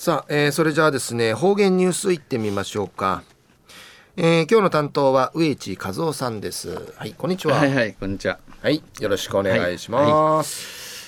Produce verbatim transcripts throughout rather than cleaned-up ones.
さあ、えー、それじゃあですね、方言ニュースいってみましょうか。えー、今日の担当は植地和夫さんです。はい、こんにちは。 はいはい、こんにちは。 はい、よろしくお願いしはいます。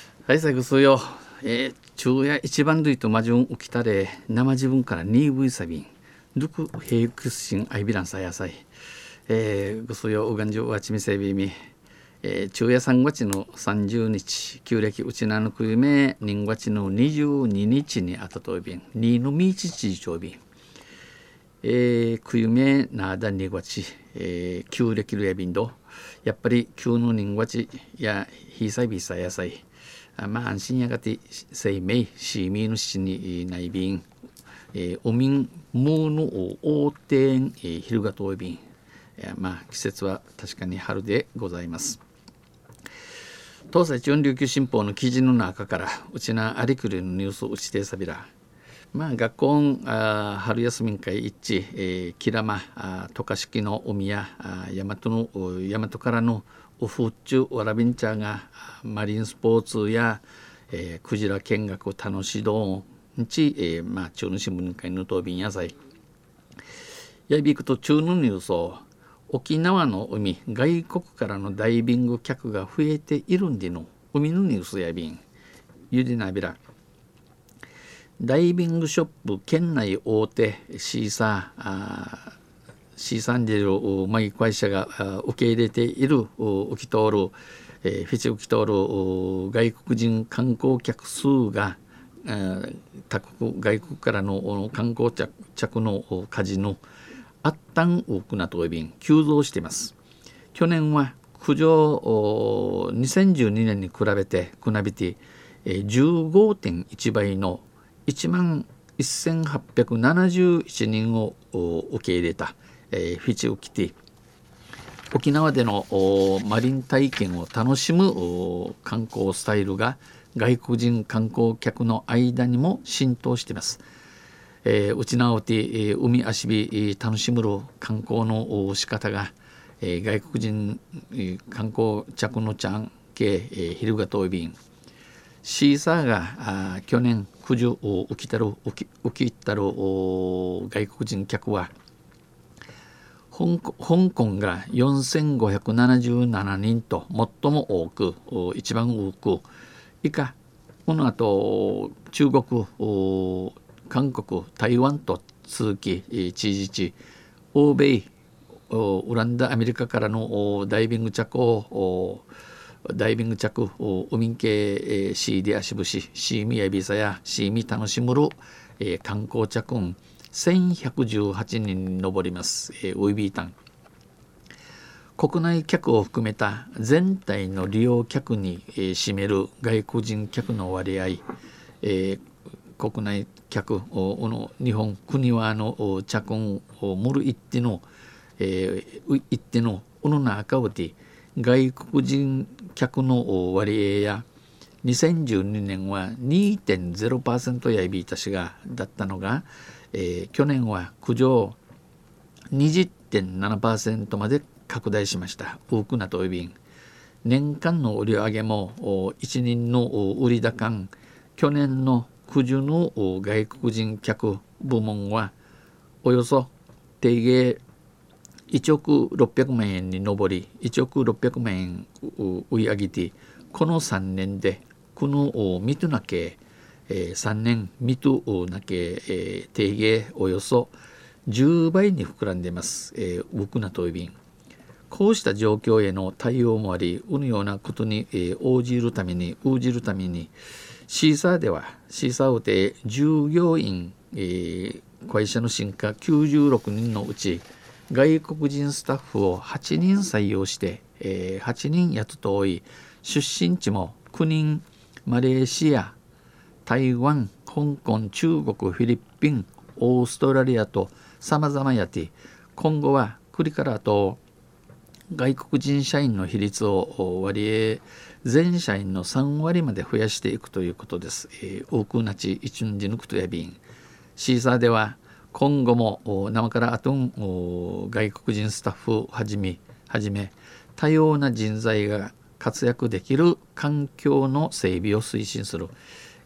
はい、最後そうよ。えー、昼夜一番類と魔順起きたれ、生自分からニーブイサビン、ルクヘイクスシンアイビランサヤサイ、えー、ぐそようがんじゅうわちみせびみ、えー、昼夜さんがつのさんじゅうにち、旧暦うちなのくゆめ、人がちのにじゅうににちにあたといびん、にのみちちちょうびん、えー、くゆめなだにがち、えー、旧暦るやびんど、やっぱり旧の人がちやひさびさやさい、まあ安心やがて生命しみぬしにないびん、えー、おみんものをおうてん、えー、昼がといびん、まあ季節は確かに春でございます。東西中琉球新報の記事の中からうちなありくりのニュースをうちてさびら、まあ学校あ春休み会一致、えー、キラマ渡嘉敷の海や大和の大和からのウフッチュワラビンチャーがマリンスポーツや、えー、クジラ見学楽しどんち、えー、まあ中の新聞会のとびんやさいやびくと中のニュースを沖縄の海外国からのダイビング客が増えているんでの海のニュースやびんゆでなびらダイビングショップ県内大手シーサーシーサンジェルマギ会社が受け入れている浮き通る、えー、フィチ浮き通る外国人観光客数が他国外国からの観光客の数のあったん多くなといびん急増しています。去年は駆除にせんじゅうにねんに比べてくなびて じゅうごてんいち 倍のいちまんせんはっぴゃくななじゅういちにんを受け入れた、えー、フィチウキティ沖縄でのマリン体験を楽しむ観光スタイルが外国人観光客の間にも浸透しています。えー、うちなおて、えー、海足び楽しむる観光の仕方が、えー、外国人、えー、観光客のちゃんけ、えー、昼がといびんシーサーがあ去年くじゅを浮きたる浮き浮きたる外国人客は香港、香港がよんせんごひゃくななじゅうななにんと最も多く一番多く以下この後中国韓国台湾と続き知事地欧米オランダアメリカからのダイビング着をダイビング着海系シーで足ぶしシーミやビザやシーミ楽しむる観光着んせんひゃくじゅうはちにんに上ります。ウイビータン国内客を含めた全体の利用客に占める外国人客の割合、えー、国内客の日本国はの着んを盛る一定の、えー、一定のおのな赤をて外国人客の割合やにせんじゅうにねんは にてんゼロパーセント やいびいたしがだったのが、えー、去年は苦情 にじゅってんななパーセント まで拡大しました。多くなといびん年間の売上も一人の売高去年の苦情の外国人客部門はおよそ定芸いちおくろっぴゃくまんえんに上りいちおくろっぴゃくまんえん売り上げてこのさんねんでこのミトナケ、えー、さんねんミトナケ、えー、定芸およそじゅうばいに膨らんでいます。えー、ウクナトイビンこうした状況への対応もありうのようなことに、えー、応じるために応じるためにシーサーではシーサー大手従業員、えー、会社の新華きゅうじゅうろくにんのうち外国人スタッフをはちにん採用して、えー、はちにん雇い出身地もきゅうにんマレーシア台湾香港中国フィリピンオーストラリアと様々やって今後はこれからと外国人社員の比率を割合全社員のさんわりまで増やしていくということです。えー、多くなち一日抜くとやびんシーサーでは今後も生からあとん外国人スタッフをはじめはじめ多様な人材が活躍できる環境の整備を推進する、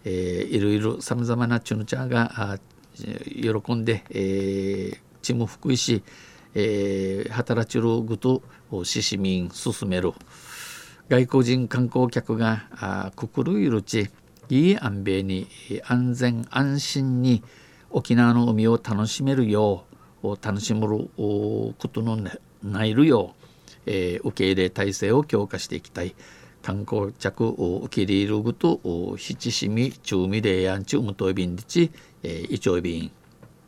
えー、いろいろさまざまなチュヌチャーが喜んで、えー、チム福井市、えー、働ちるぐとししみん進める外国人観光客がくくるいるちいい安米に安全安心に沖縄の海を楽しめるよう楽しむことのないるよう、えー、受け入れ体制を強化していきたい観光客を受け入れるぐと七しみ中味でやんちゅうむといびんりちいちょいびん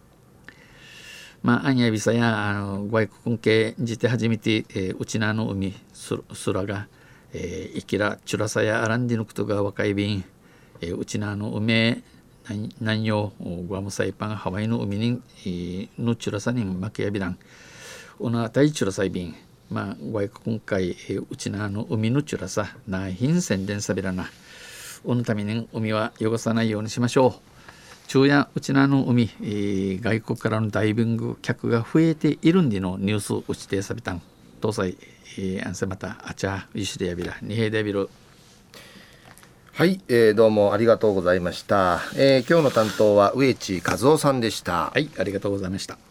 まあ、アンヤビサやあの外国系にて初めて、えー、うちなの海すらが、えー、イキラチュラサやアランディのことが若い便、えー、うちなの海南洋グアムサイパンハワイの海に、えー、のチュラサに負けやびらんおなたいチュラサイ便まあ外国会、えー、うちなの海のチュラサなひん宣伝さびらなおのために海は汚さないようにしましょう昼夜うちなの海、えー、外国からのダイビング客が増えているんでのニュースうちてさびたん東西、えー、アンセまたあちゃうしでやびらにへでびるはい、えー、どうもありがとうございました、えー、今日の担当は植地和夫さんでした。 はい、ありがとうございました。